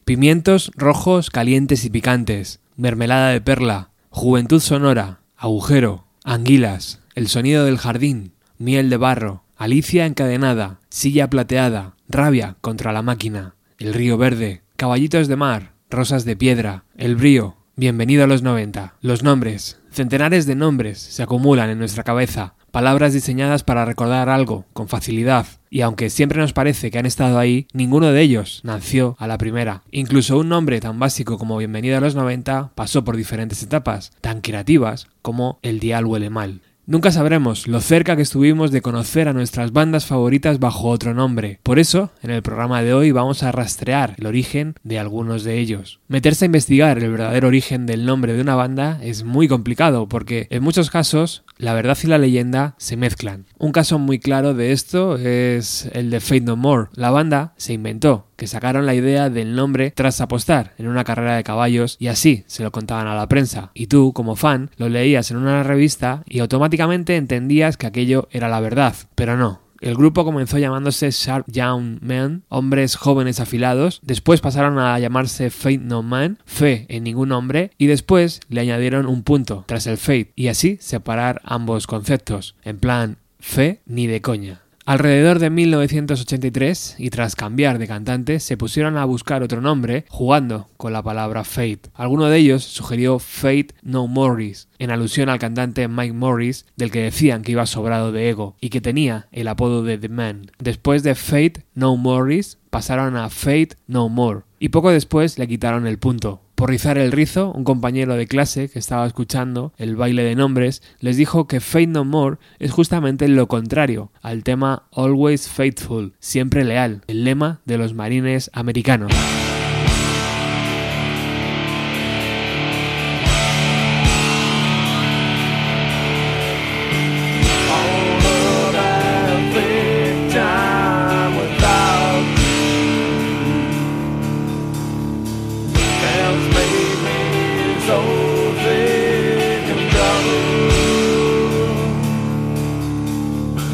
Pimientos rojos, calientes y picantes, mermelada de perla, juventud sonora, agujero, anguilas, el sonido del jardín, miel de barro, Alicia encadenada, silla plateada, rabia contra la máquina, el río verde, caballitos de mar, rosas de piedra, el brío, bienvenido a los 90. Los nombres, centenares de nombres se acumulan en nuestra cabeza, palabras diseñadas para recordar algo con facilidad, y aunque siempre nos parece que han estado ahí, ninguno de ellos nació a la primera. Incluso un nombre tan básico como Bienvenido a los 90 pasó por diferentes etapas, tan creativas como El dial huele mal. Nunca sabremos lo cerca que estuvimos de conocer a nuestras bandas favoritas bajo otro nombre. Por eso, en el programa de hoy vamos a rastrear el origen de algunos de ellos. Meterse a investigar el verdadero origen del nombre de una banda es muy complicado porque, en muchos casos, la verdad y la leyenda se mezclan. Un caso muy claro de esto es el de Faith No More. La banda se inventó que sacaron la idea del nombre tras apostar en una carrera de caballos y así se lo contaban a la prensa. Y tú, como fan, lo leías en una revista y automáticamente entendías que aquello era la verdad. Pero no. El grupo comenzó llamándose Sharp Young Men, hombres jóvenes afilados, después pasaron a llamarse Faith No Man, fe en ningún nombre, y después le añadieron un punto tras el Faith, y así separar ambos conceptos, en plan, fe ni de coña. Alrededor de 1983, y tras cambiar de cantante, se pusieron a buscar otro nombre jugando con la palabra Faith. Alguno de ellos sugirió Faith No Morris, en alusión al cantante Mike Morris, del que decían que iba sobrado de ego y que tenía el apodo de The Man. Después de Faith No Morris, pasaron a Faith No More, y poco después le quitaron el punto. Por rizar el rizo, un compañero de clase que estaba escuchando el baile de nombres les dijo que Faith No More es justamente lo contrario al tema Always Faithful, siempre leal, el lema de los marines americanos.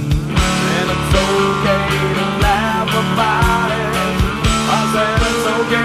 Okay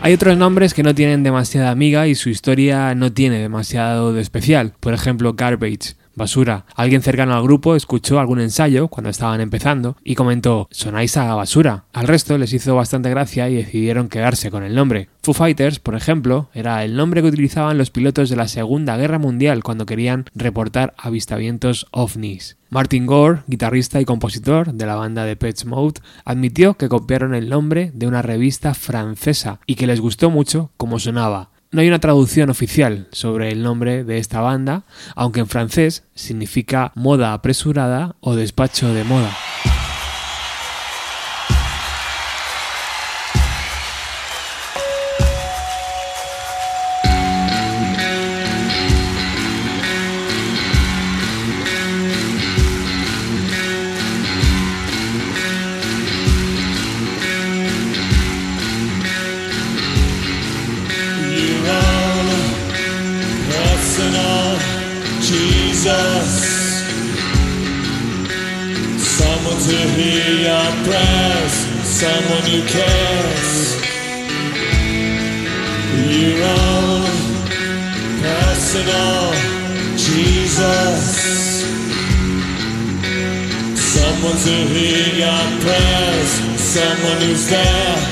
Hay otros nombres que no tienen demasiada miga y su historia no tiene demasiado de especial. Por ejemplo, Garbage, basura. Alguien cercano al grupo escuchó algún ensayo cuando estaban empezando y comentó: sonáis a basura. Al resto les hizo bastante gracia y decidieron quedarse con el nombre. Foo Fighters, por ejemplo, era el nombre que utilizaban los pilotos de la Segunda Guerra Mundial cuando querían reportar avistamientos ovnis. Martin Gore, guitarrista y compositor de la banda Depeche Mode, admitió que copiaron el nombre de una revista francesa y que les gustó mucho cómo sonaba. No hay una traducción oficial sobre el nombre de esta banda, aunque en francés significa moda apresurada o despacho de moda. Someone to hear your prayers, someone who cares. Your own personal Jesus. Someone to hear your prayers, someone who's there.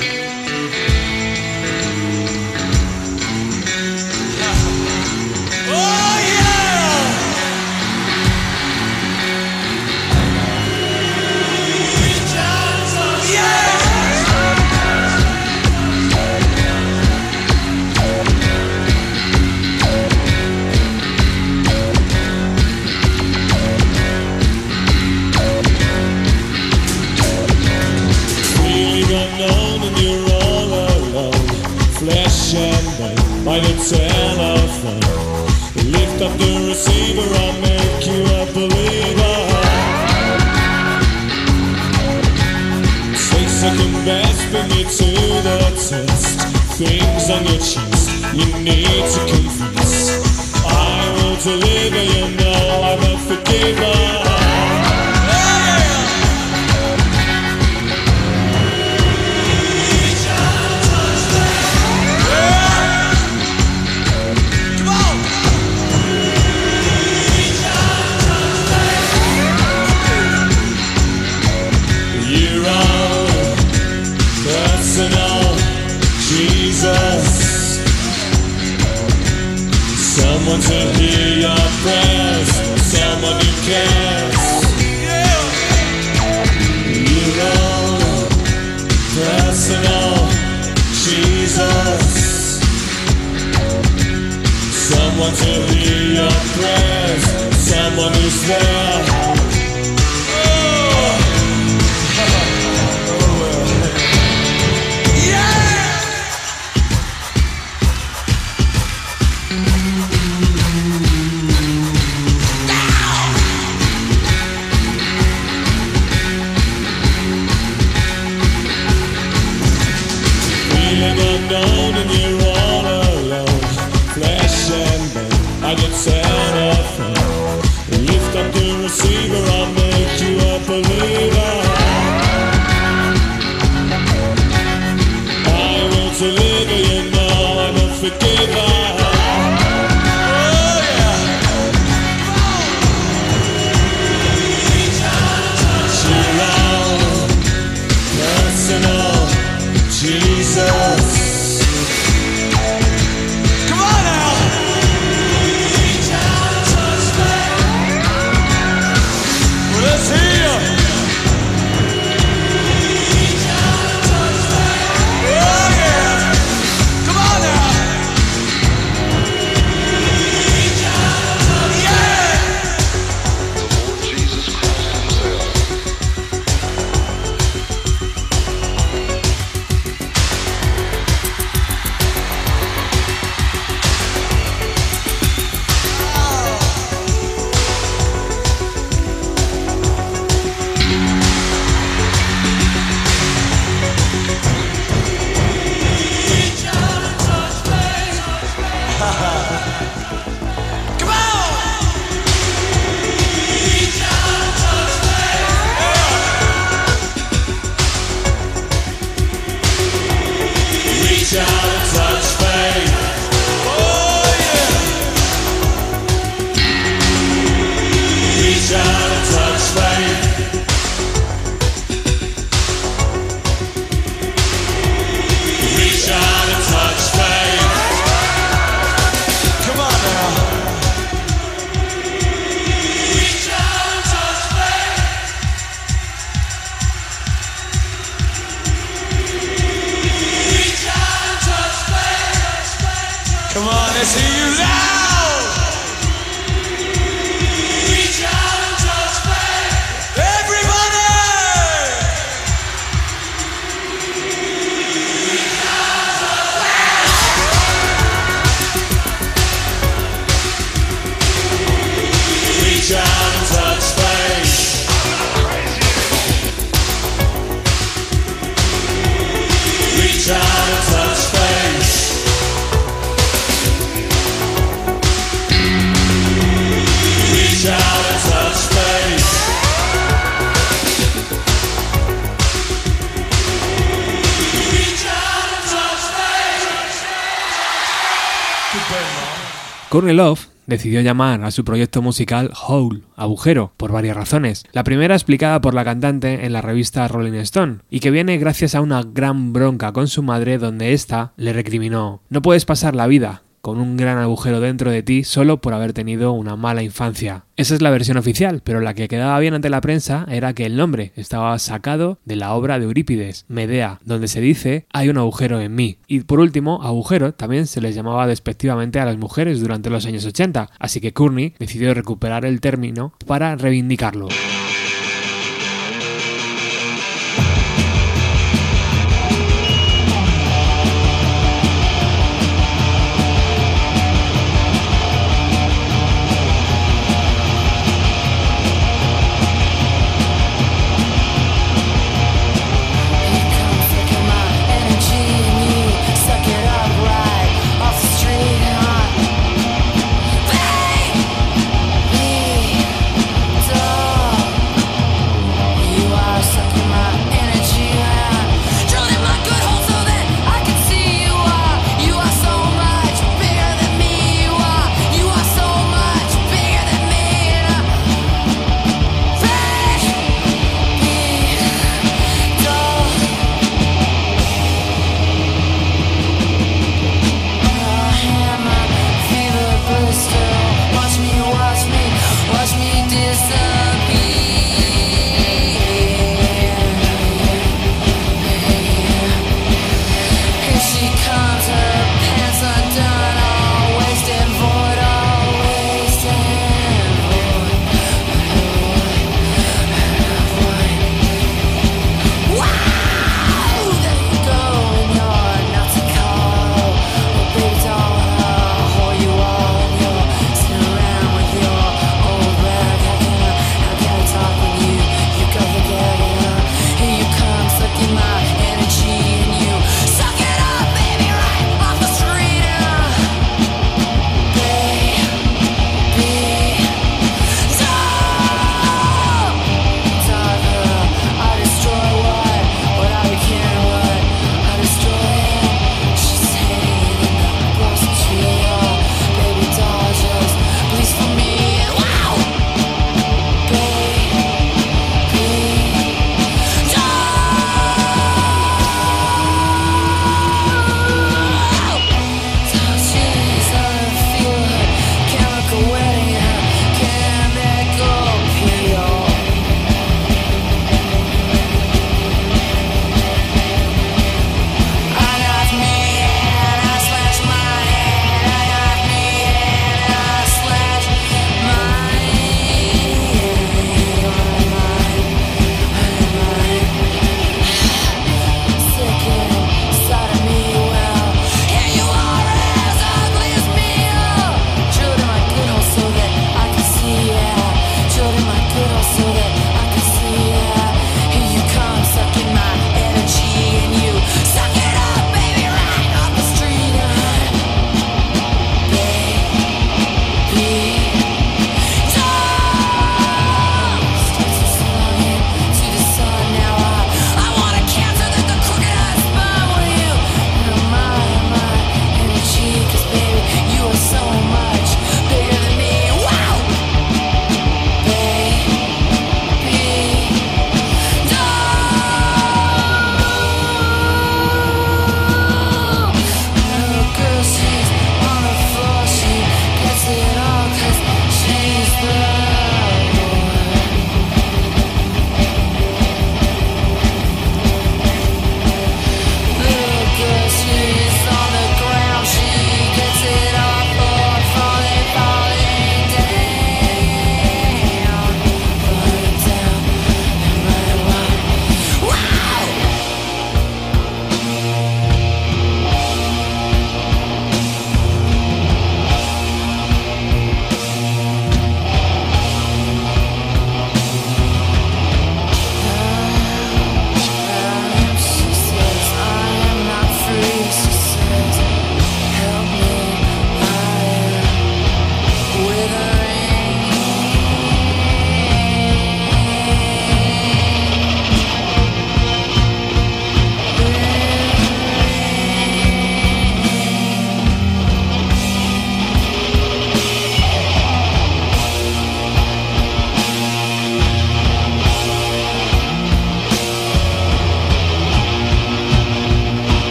By the telephone, lift up the receiver, I'll make you a believer. Take second best, bring me to the test. Things on your cheeks, you need to confess. I will deliver, you know I'm a forgiver. Someone to hear your prayers, someone who cares. Your own personal Jesus. Someone to hear your prayers, someone who's there. Let me see you now. Reach out and touch faith. Everybody. Reach out and touch faith. Reach out and touch faith. Reach out and touch faith. Reach out and touch faith. Courtney Love decidió llamar a su proyecto musical Hole, agujero, por varias razones. La primera explicada por la cantante en la revista Rolling Stone, y que viene gracias a una gran bronca con su madre donde ésta le recriminó: no puedes pasar la vida con un gran agujero dentro de ti solo por haber tenido una mala infancia. Esa es la versión oficial, pero la que quedaba bien ante la prensa era que el nombre estaba sacado de la obra de Eurípides, Medea, donde se dice hay un agujero en mí. Y por último, agujero también se les llamaba despectivamente a las mujeres durante los años 80, así que Courtney decidió recuperar el término para reivindicarlo.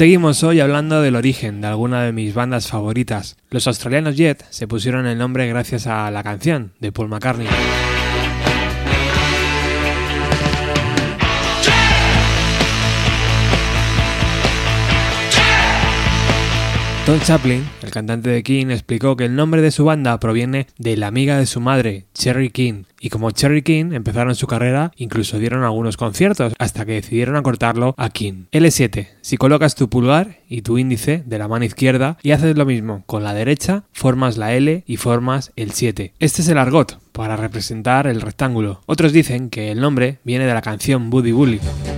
Seguimos hoy hablando del origen de alguna de mis bandas favoritas. Los australianos Jet se pusieron el nombre gracias a la canción de Paul McCartney. Tom Chaplin, el cantante de King, explicó que el nombre de su banda proviene de la amiga de su madre, Cherry King, y como Cherry King empezaron su carrera, incluso dieron algunos conciertos, hasta que decidieron acortarlo a King. L7. Si colocas tu pulgar y tu índice de la mano izquierda y haces lo mismo con la derecha, formas la L y formas el 7. Este es el argot para representar el rectángulo. Otros dicen que el nombre viene de la canción Buddy Bully.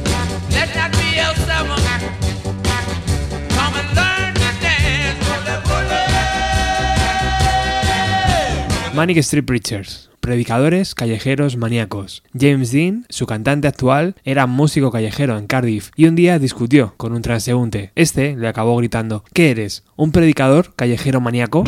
Manic Street Preachers, predicadores callejeros maníacos. James Dean, su cantante actual, era músico callejero en Cardiff y un día discutió con un transeúnte. Este le acabó gritando: ¿qué eres? ¿Un predicador callejero maníaco?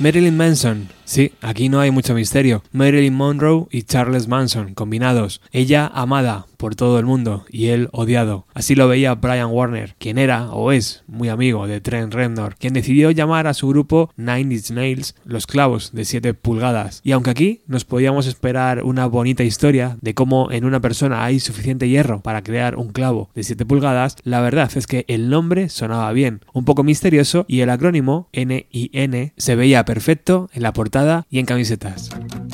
Marilyn Manson. Sí, aquí no hay mucho misterio. Marilyn Monroe y Charles Manson combinados. Ella amada por todo el mundo y él odiado. Así lo veía Brian Warner, quien era o es muy amigo de Trent Reznor, quien decidió llamar a su grupo Nine Inch Nails, los clavos de 7 pulgadas. Y aunque aquí nos podíamos esperar una bonita historia de cómo en una persona hay suficiente hierro para crear un clavo de 7 pulgadas, la verdad es que el nombre sonaba bien, un poco misterioso, y el acrónimo NIN se veía perfecto en la portada y en camisetas.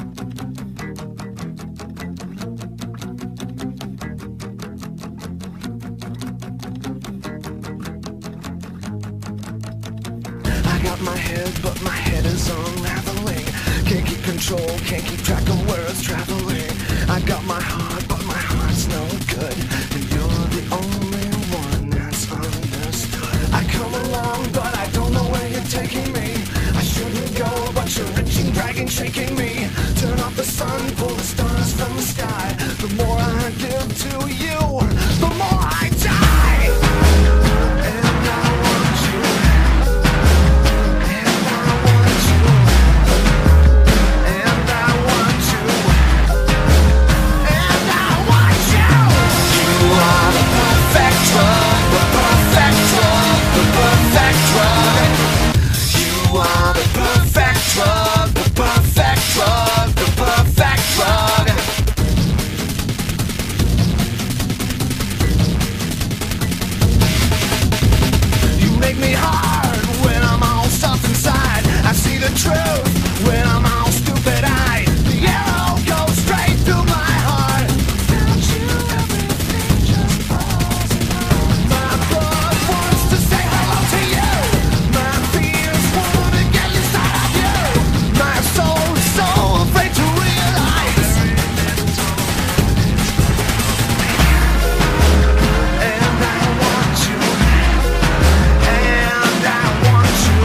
My head, but my head is unraveling. Can't keep control, can't keep track of where it's traveling. I got my heart, but my heart's no good, and you're the only one that's understood. I come along, but I don't know where you're taking me. I shouldn't go, but you're reaching, dragging, shaking me. Turn off the sun, pull the stars from the sky. The more I give to you, the more I die. And I want you. Truth when I'm all stupid-eyed. The arrow goes straight through my heart. Without you, everything just falls apart. My blood wants to say hello to you. My fears want to get inside of you. My soul is so afraid to realize. And I want you. And I want you.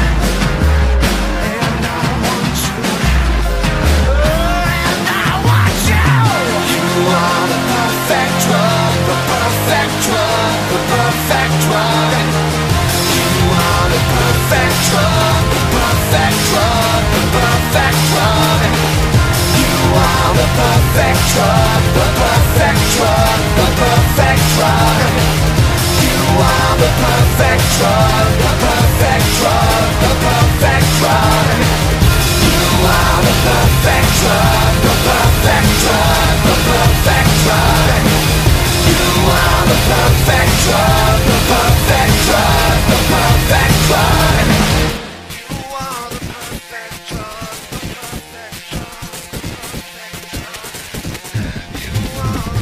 Perfect drug, the perfect drug, the perfect drug. You are the perfect drug, the perfect drug, the perfect drug. You are the perfect drug, the perfect drug, the perfect drug. You are the perfect drug, the perfect drug, the perfect drug. You are the perfect drug, the perfect drug. You are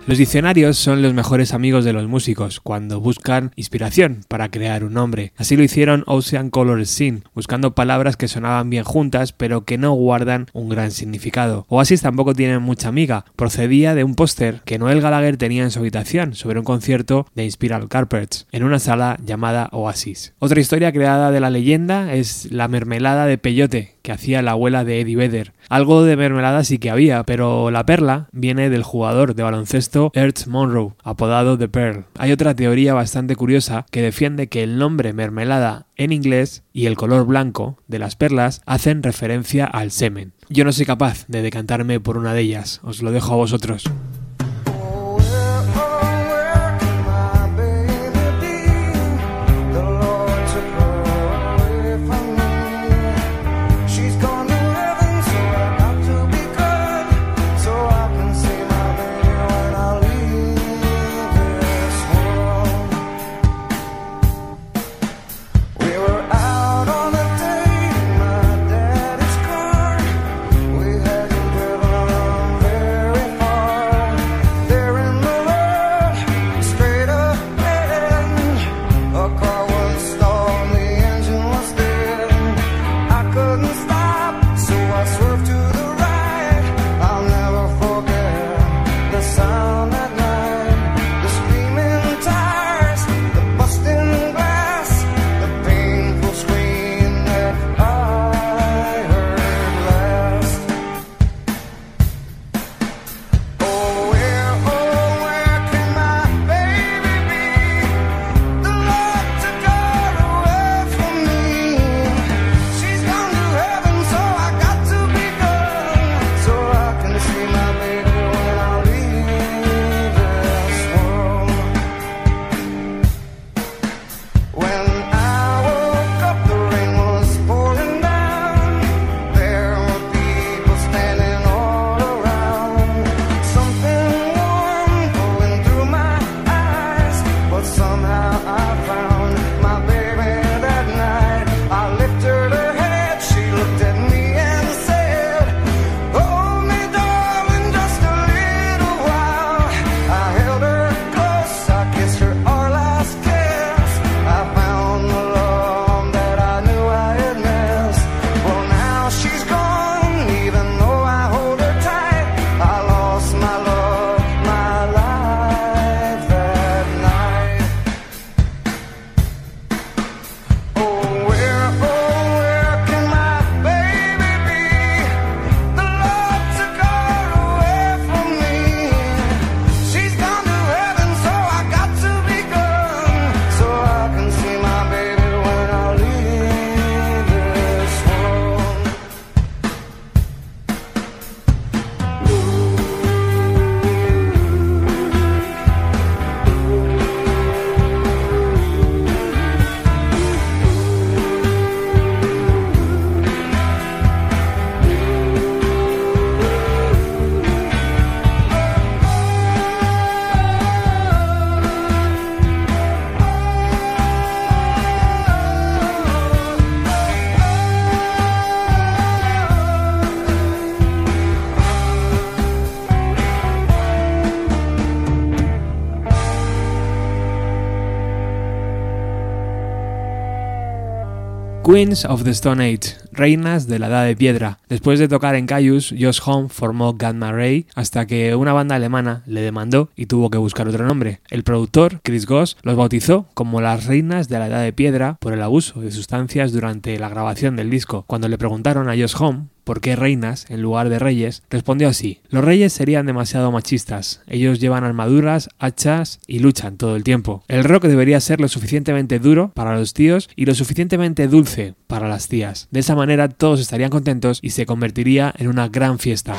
Los diccionarios son los mejores amigos de los músicos cuando buscan inspiración para crear un nombre. Así lo hicieron Ocean Color Scene, buscando palabras que sonaban bien juntas pero que no guardan un gran significado. Oasis tampoco tienen mucha amiga, procedía de un póster que Noel Gallagher tenía en su habitación sobre un concierto de Spiral Carpets, en una sala llamada Oasis. Otra historia creada de la leyenda es la mermelada de peyote que hacía la abuela de Eddie Vedder. Algo de mermelada sí que había, pero la perla viene del jugador de baloncesto Earl Monroe, apodado The Pearl. Hay otra teoría bastante curiosa que defiende que el nombre mermelada en inglés y el color blanco de las perlas hacen referencia al semen. Yo no soy capaz de decantarme por una de ellas, os lo dejo a vosotros. Queens of the Stone Age, reinas de la Edad de Piedra. Después de tocar en Caius, Josh Homme formó Gamma Ray hasta que una banda alemana le demandó y tuvo que buscar otro nombre. El productor, Chris Goss, los bautizó como las reinas de la Edad de Piedra por el abuso de sustancias durante la grabación del disco. Cuando le preguntaron a Josh Homme ¿por qué reinas en lugar de reyes?, respondió así: los reyes serían demasiado machistas, ellos llevan armaduras, hachas y luchan todo el tiempo. El rock debería ser lo suficientemente duro para los tíos y lo suficientemente dulce para las tías. De esa manera todos estarían contentos y se convertiría en una gran fiesta.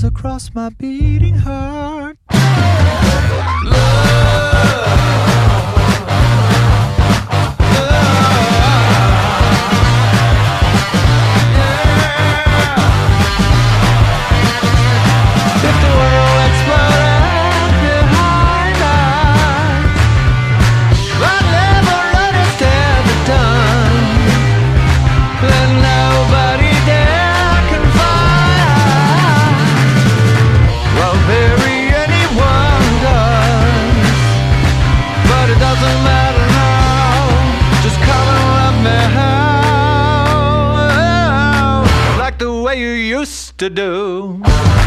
across my beating heart. If the world exploded behind us, I'd never understand the done. Then nobody there can find well, bury anyone does, but it doesn't matter now. Just come and love me how, like the way you used to do.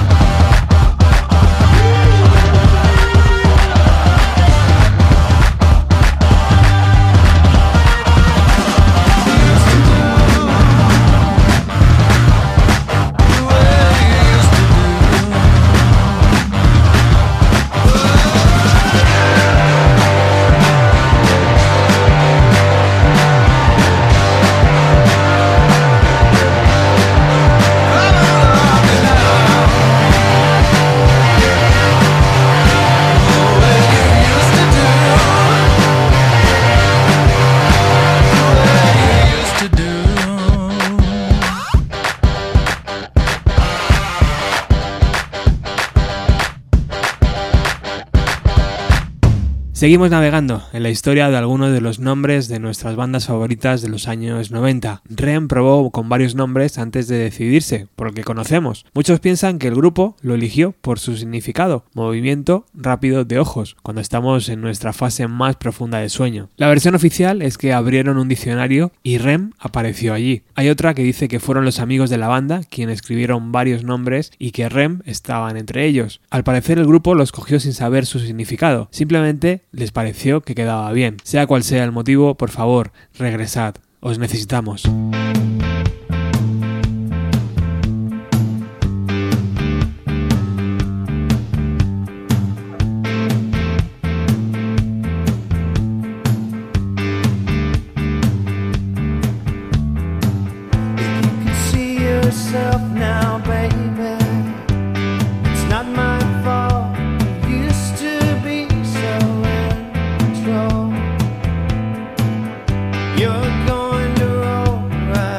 Seguimos navegando en la historia de algunos de los nombres de nuestras bandas favoritas de los años 90. Rem probó con varios nombres antes de decidirse, por el que conocemos. Muchos piensan que el grupo lo eligió por su significado, movimiento rápido de ojos, cuando estamos en nuestra fase más profunda de sueño. La versión oficial es que abrieron un diccionario y Rem apareció allí. Hay otra que dice que fueron los amigos de la banda quienes escribieron varios nombres y que Rem estaban entre ellos. Al parecer el grupo los cogió sin saber su significado, simplemente les pareció que quedaba bien. Sea cual sea el motivo, por favor, regresad. Os necesitamos. You're going to roll right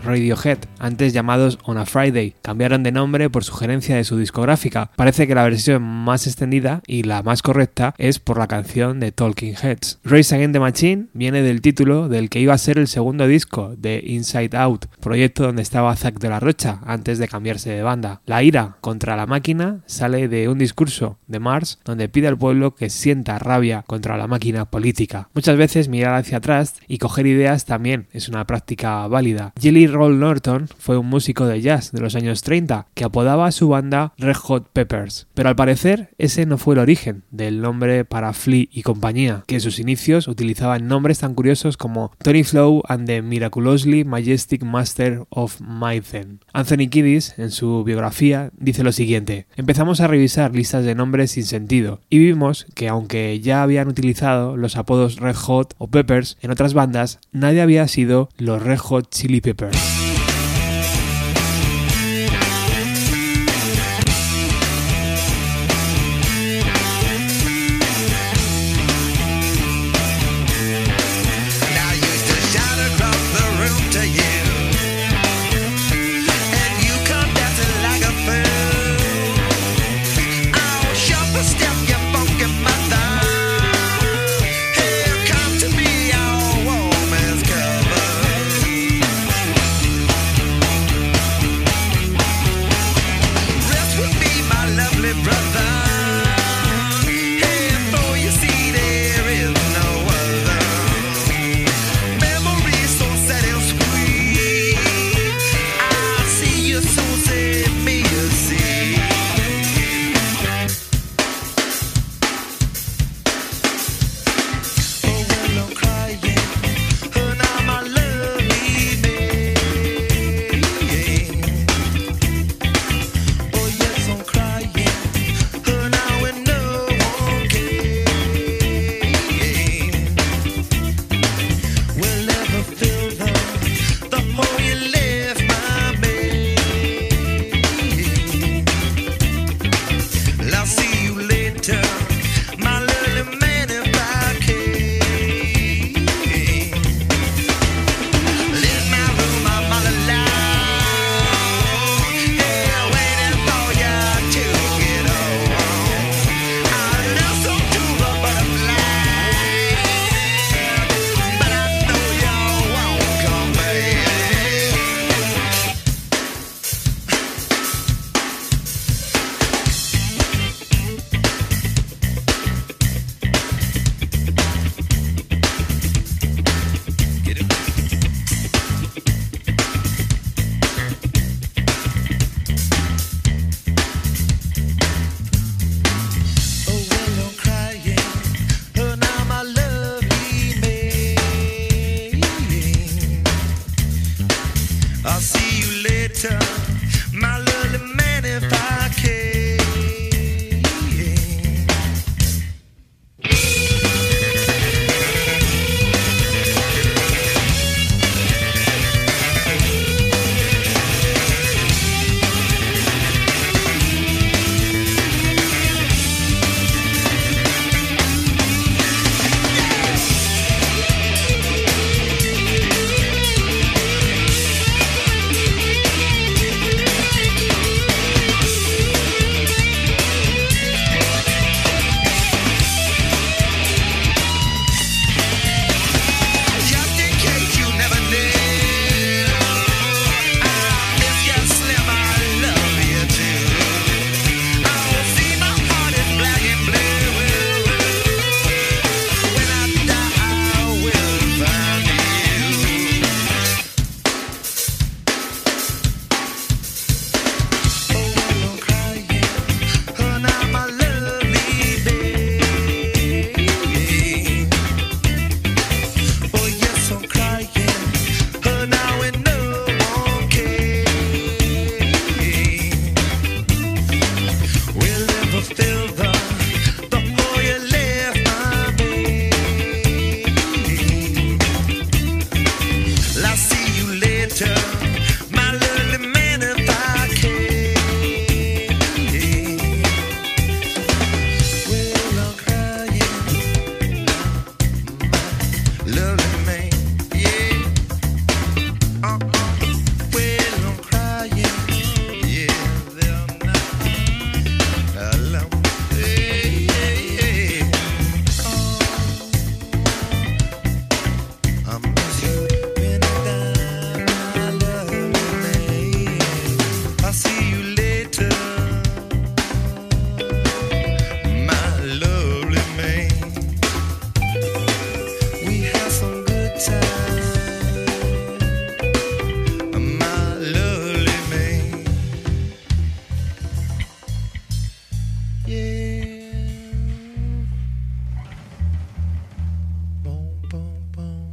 Radiohead, antes llamados On a Friday. Cambiaron de nombre por sugerencia de su discográfica. Parece que la versión más extendida y la más correcta es por la canción de Talking Heads. Rage Against the Machine viene del título del que iba a ser el segundo disco de Inside Out, proyecto donde estaba Zack de la Rocha antes de cambiarse de banda. La ira contra la máquina sale de un discurso de Mars donde pide al pueblo que sienta rabia contra la máquina política. Muchas veces mirar hacia atrás y coger ideas también es una práctica válida. Jelly Roll Norton fue un músico de jazz de los años 30 que apodaba a su banda Red Hot Peppers, pero al parecer ese no fue el origen del nombre para Flea y compañía, que en sus inicios utilizaban nombres tan curiosos como Tony Flow and the Miraculously Majestic Master of Maiden. Anthony Kiedis, en su biografía, dice lo siguiente: empezamos a revisar listas de nombres sin sentido y vimos que aunque ya habían utilizado los apodos Red Hot o Peppers en otras bandas, nadie había sido los Red Hot Chili Peppers.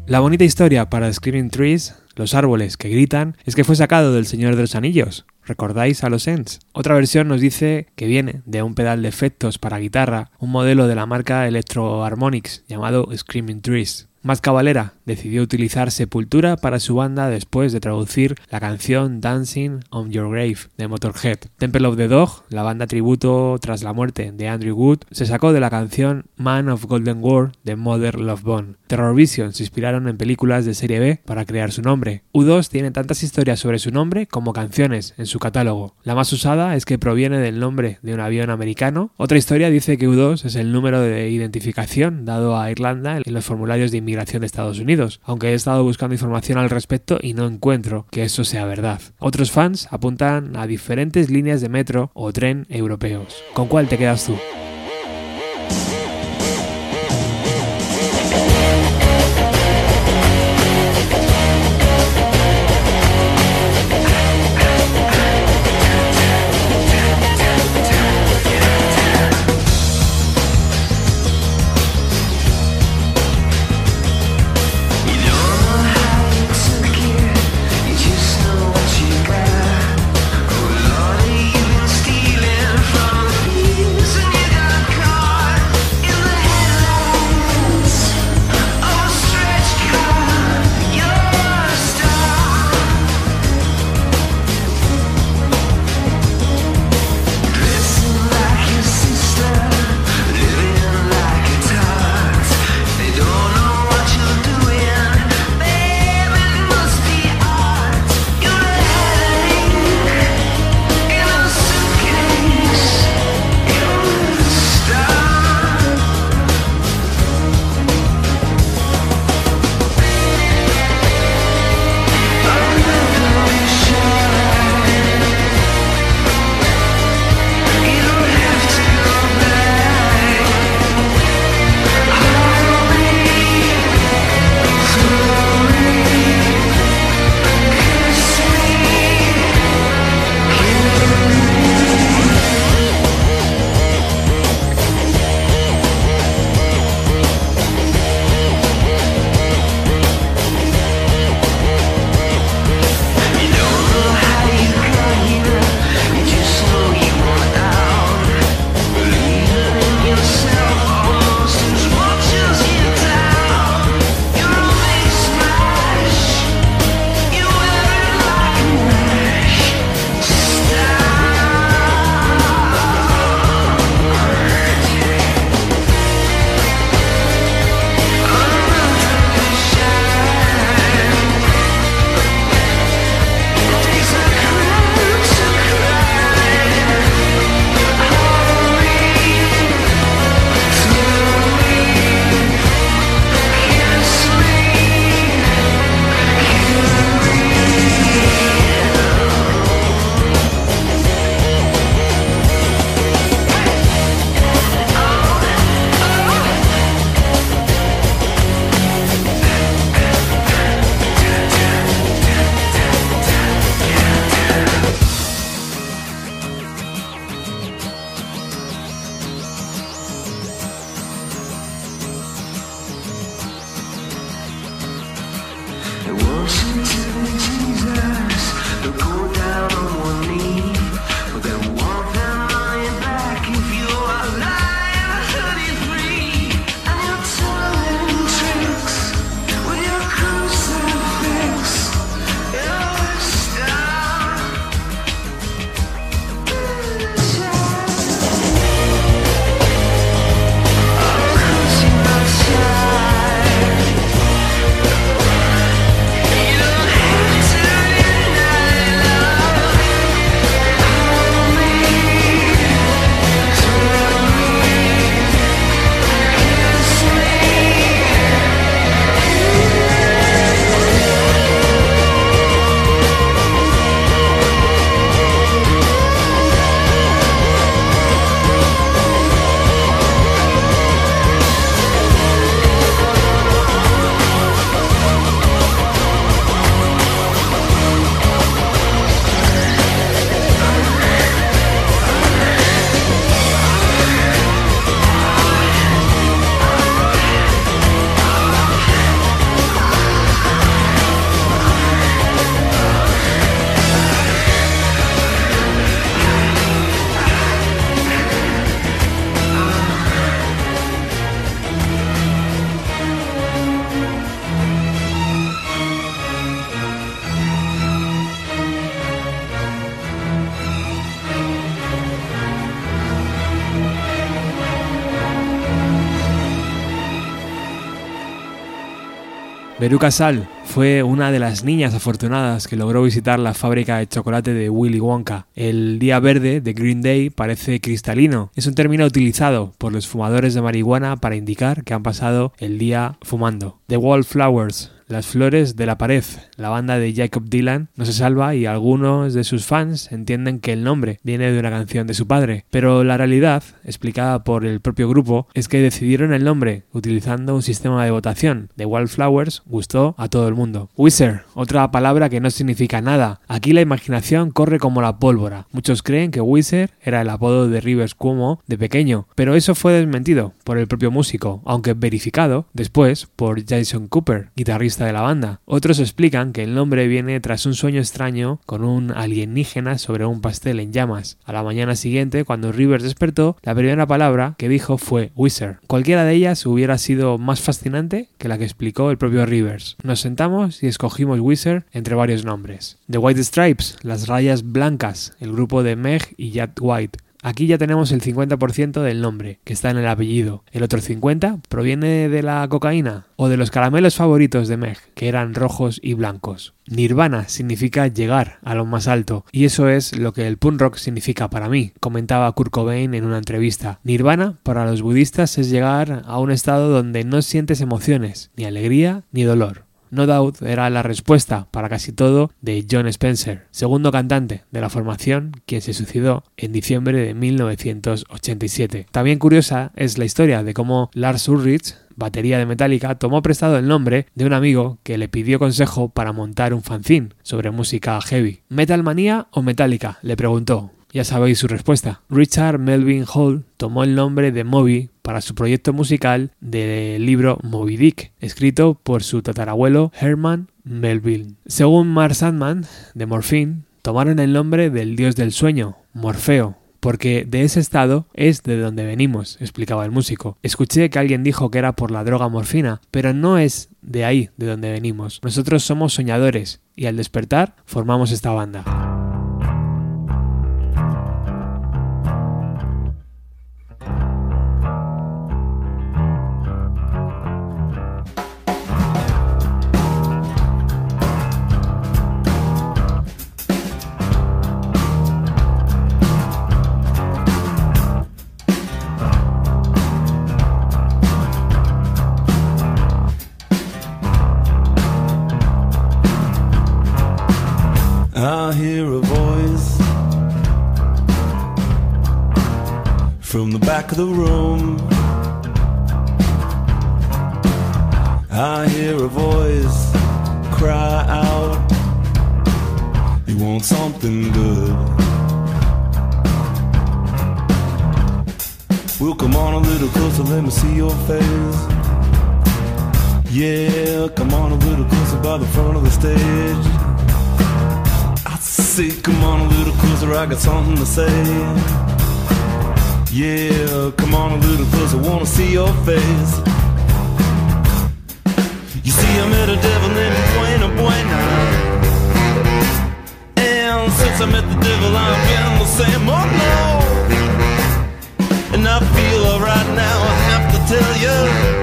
La bonita historia para Screaming Trees, los árboles que gritan, es que fue sacado del Señor de los Anillos. ¿Recordáis a los Ents? Otra versión nos dice que viene de un pedal de efectos para guitarra, un modelo de la marca Electro Harmonix llamado Screaming Trees. Más cabalera, decidió utilizar Sepultura para su banda después de traducir la canción Dancing on Your Grave de Motorhead. Temple of the Dog, la banda tributo tras la muerte de Andrew Wood, se sacó de la canción Man of Golden War de Mother Love Bone. Terror Vision se inspiraron en películas de serie B para crear su nombre. U2 tiene tantas historias sobre su nombre como canciones en su catálogo. La más usada es que proviene del nombre de un avión americano. Otra historia dice que U2 es el número de identificación dado a Irlanda en los formularios de inmigración de Estados Unidos, aunque he estado buscando información al respecto y no encuentro que eso sea verdad. Otros fans apuntan a diferentes líneas de metro o tren europeos. ¿Con cuál te quedas tú? Veruca Salt fue una de las niñas afortunadas que logró visitar la fábrica de chocolate de Willy Wonka. El día verde de Green Day parece cristalino. Es un término utilizado por los fumadores de marihuana para indicar que han pasado el día fumando. The Wallflowers, las flores de la pared. La banda de Jakob Dylan no se salva y algunos de sus fans entienden que el nombre viene de una canción de su padre. Pero la realidad, explicada por el propio grupo, es que decidieron el nombre utilizando un sistema de votación. The Wallflowers gustó a todo el mundo. Wizard, otra palabra que no significa nada. Aquí la imaginación corre como la pólvora. Muchos creen que Wizard era el apodo de Rivers Cuomo de pequeño, pero eso fue desmentido por el propio músico, aunque verificado después por Jason Cooper, guitarrista de la banda. Otros explican que el nombre viene tras un sueño extraño con un alienígena sobre un pastel en llamas. A la mañana siguiente, cuando Rivers despertó, la primera palabra que dijo fue Wizard. Cualquiera de ellas hubiera sido más fascinante que la que explicó el propio Rivers. Nos sentamos y escogimos Wizard entre varios nombres. The White Stripes, las rayas blancas, el grupo de Meg y Jack White. Aquí ya tenemos el 50% del nombre, que está en el apellido. El otro 50% proviene de la cocaína o de los caramelos favoritos de Meg, que eran rojos y blancos. Nirvana significa llegar a lo más alto, y eso es lo que el punk rock significa para mí, comentaba Kurt Cobain en una entrevista. Nirvana para los budistas es llegar a un estado donde no sientes emociones, ni alegría ni dolor. No Doubt era la respuesta para casi todo de Jon Spencer, segundo cantante de la formación, quien se suicidó en diciembre de 1987. También curiosa es la historia de cómo Lars Ulrich, batería de Metallica, tomó prestado el nombre de un amigo que le pidió consejo para montar un fanzine sobre música heavy. ¿Metal Manía o Metallica?, le preguntó. Ya sabéis su respuesta. Richard Melvin Hall tomó el nombre de Moby para su proyecto musical del libro Moby Dick, escrito por su tatarabuelo Herman Melville. Según Mark Sandman, de Morphine, tomaron el nombre del dios del sueño, Morfeo, porque de ese estado es de donde venimos, explicaba el músico. Escuché que alguien dijo que era por la droga morfina, pero no es de ahí de donde venimos. Nosotros somos soñadores y al despertar formamos esta banda. I hear a voice from the back of the room. I hear a voice cry out, you want something good. Well, come on a little closer, let me see your face. Yeah, come on a little closer by the front of the stage. Say, come on a little closer, I got something to say. Yeah, come on a little closer, wanna see your face. You see, I met a devil named Buena Buena, and since I met the devil, I've been the same. Oh no, and I feel alright now, I have to tell you,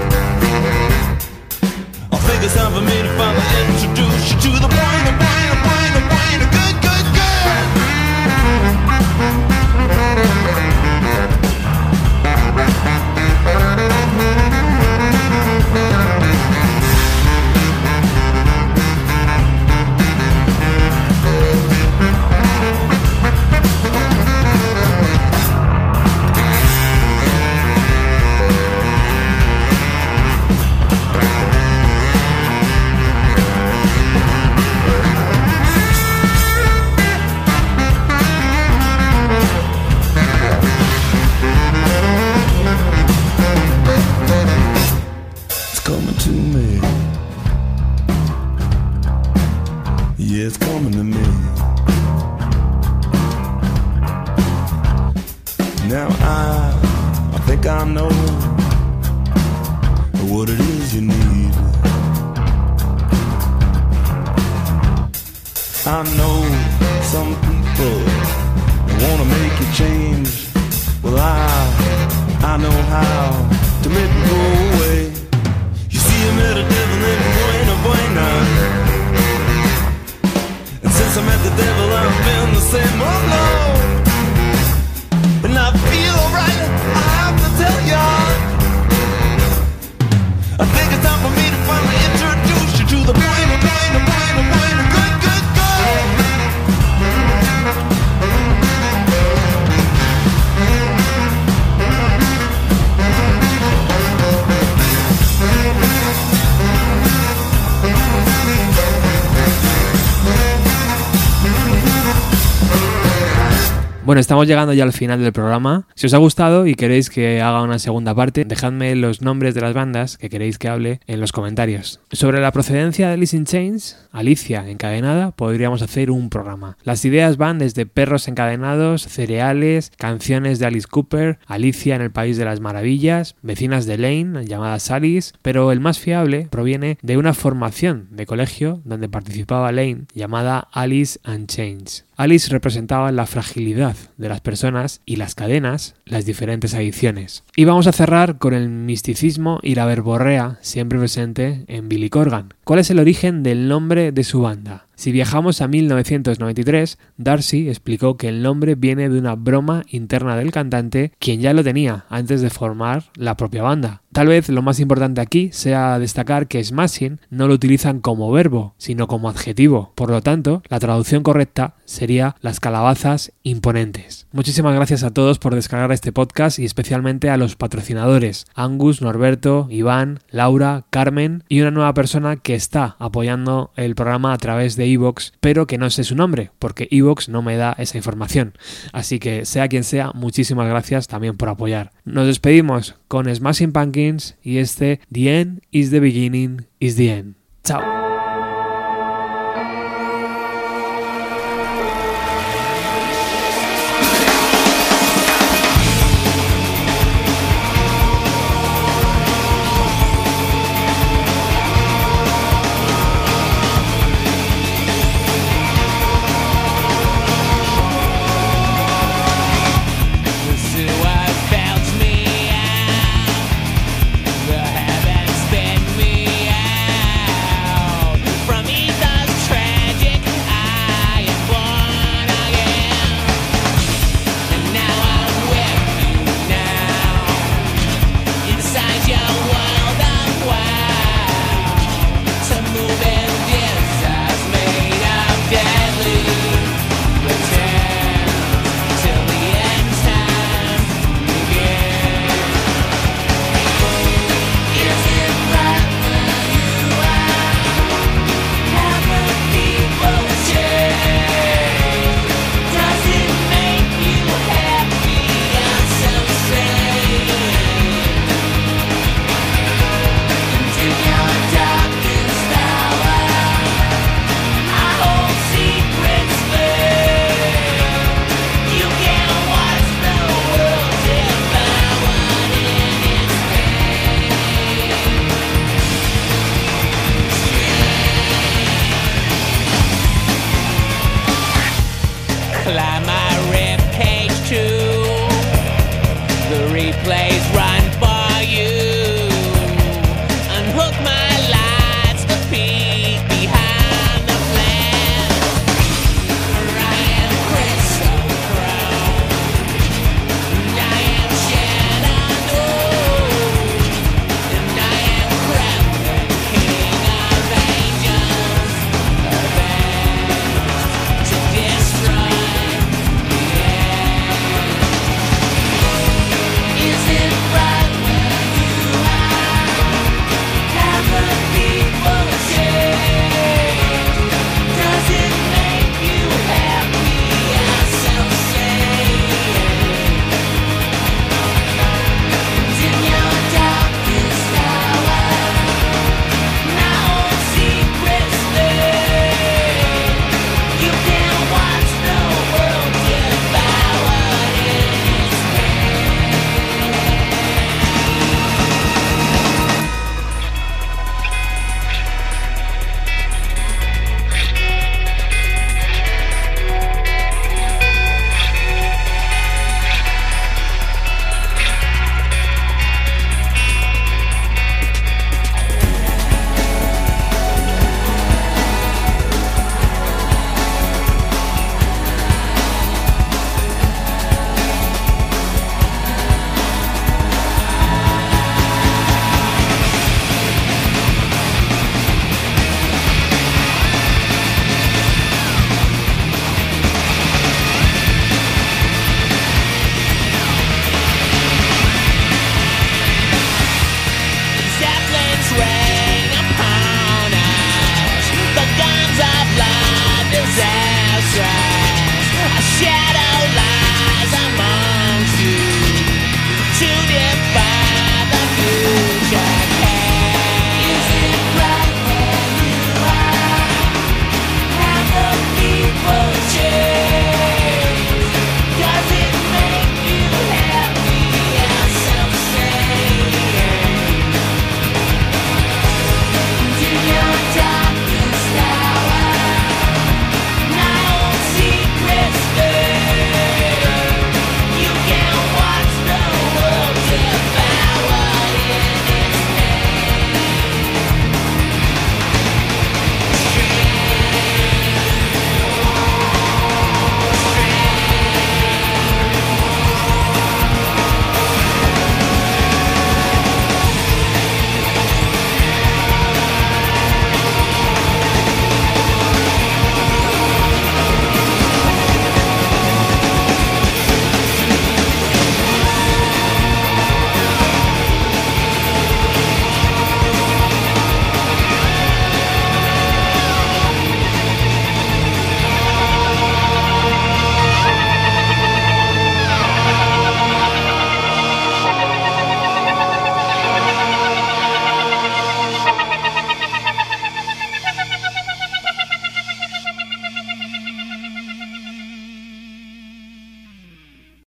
I think it's time for me to finally introduce you to the Buena Buena Buena Buena good. It's coming to me. Now I think I know what it is you need. I know some people wanna make you change. Well, I know how to make it go away. You see, I met a devil named Buena Buena. I think it's time for me to finally introduce you to the bueno, bueno, bueno, bueno, good, good, good. Bueno, estamos llegando ya al final del programa. Si os ha gustado y queréis que haga una segunda parte, dejadme los nombres de las bandas que queréis que hable en los comentarios. Sobre la procedencia de Alice in Chains, Alicia encadenada, podríamos hacer un programa. Las ideas van desde perros encadenados, cereales, canciones de Alice Cooper, Alicia en el País de las Maravillas, vecinas de Lane, llamadas Alice, pero el más fiable proviene de una formación de colegio donde participaba Lane, llamada Alice and Chains. Alice representaba la fragilidad de las personas y las cadenas, las diferentes adicciones. Y vamos a cerrar con el misticismo y la verborrea siempre presente en Billy Corgan. ¿Cuál es el origen del nombre de su banda? Si viajamos a 1993, Darcy explicó que el nombre viene de una broma interna del cantante, quien ya lo tenía antes de formar la propia banda. Tal vez lo más importante aquí sea destacar que Smashing no lo utilizan como verbo, sino como adjetivo. Por lo tanto, la traducción correcta sería las calabazas imponentes. Muchísimas gracias a todos por descargar este podcast y especialmente a los patrocinadores Angus, Norberto, Iván, Laura, Carmen y una nueva persona que está apoyando el programa a través de iVoox, pero que no sé su nombre porque iVoox no me da esa información. Así que sea quien sea, muchísimas gracias también por apoyar. Nos despedimos con Smashing Pumpkins y The End is the Beginning is the End. Chao.